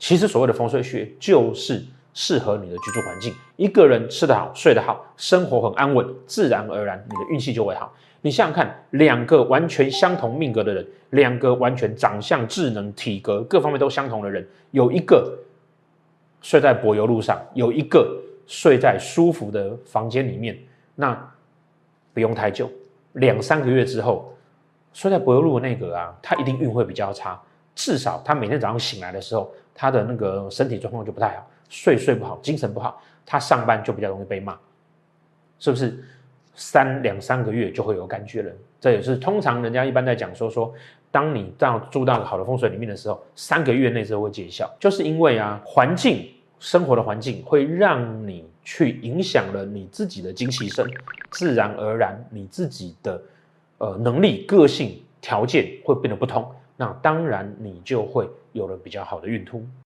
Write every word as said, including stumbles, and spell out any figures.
其实所谓的风水学就是适合你的居住环境。一个人吃得好、睡得好，生活很安稳，自然而然你的运气就会好。你想想看，两个完全相同命格的人，两个完全长相、智能、体格各方面都相同的人，有一个睡在柏油路上，有一个睡在舒服的房间里面，那不用太久，两三个月之后，睡在柏油路的那个啊，他一定运会比较差，至少他每天早上醒来的时候，他的那个身体状况就不太好，睡睡不好，精神不好，他上班就比较容易被骂，是不是？三两三个月就会有感觉了，这也是通常人家一般在讲说说，当你到住到好的风水里面的时候，三个月内就会见效，就是因为啊，环境生活的环境会让你去影响了你自己的精气神，自然而然你自己的呃能力、个性、条件会变得不同，那当然你就会有了比较好的运途。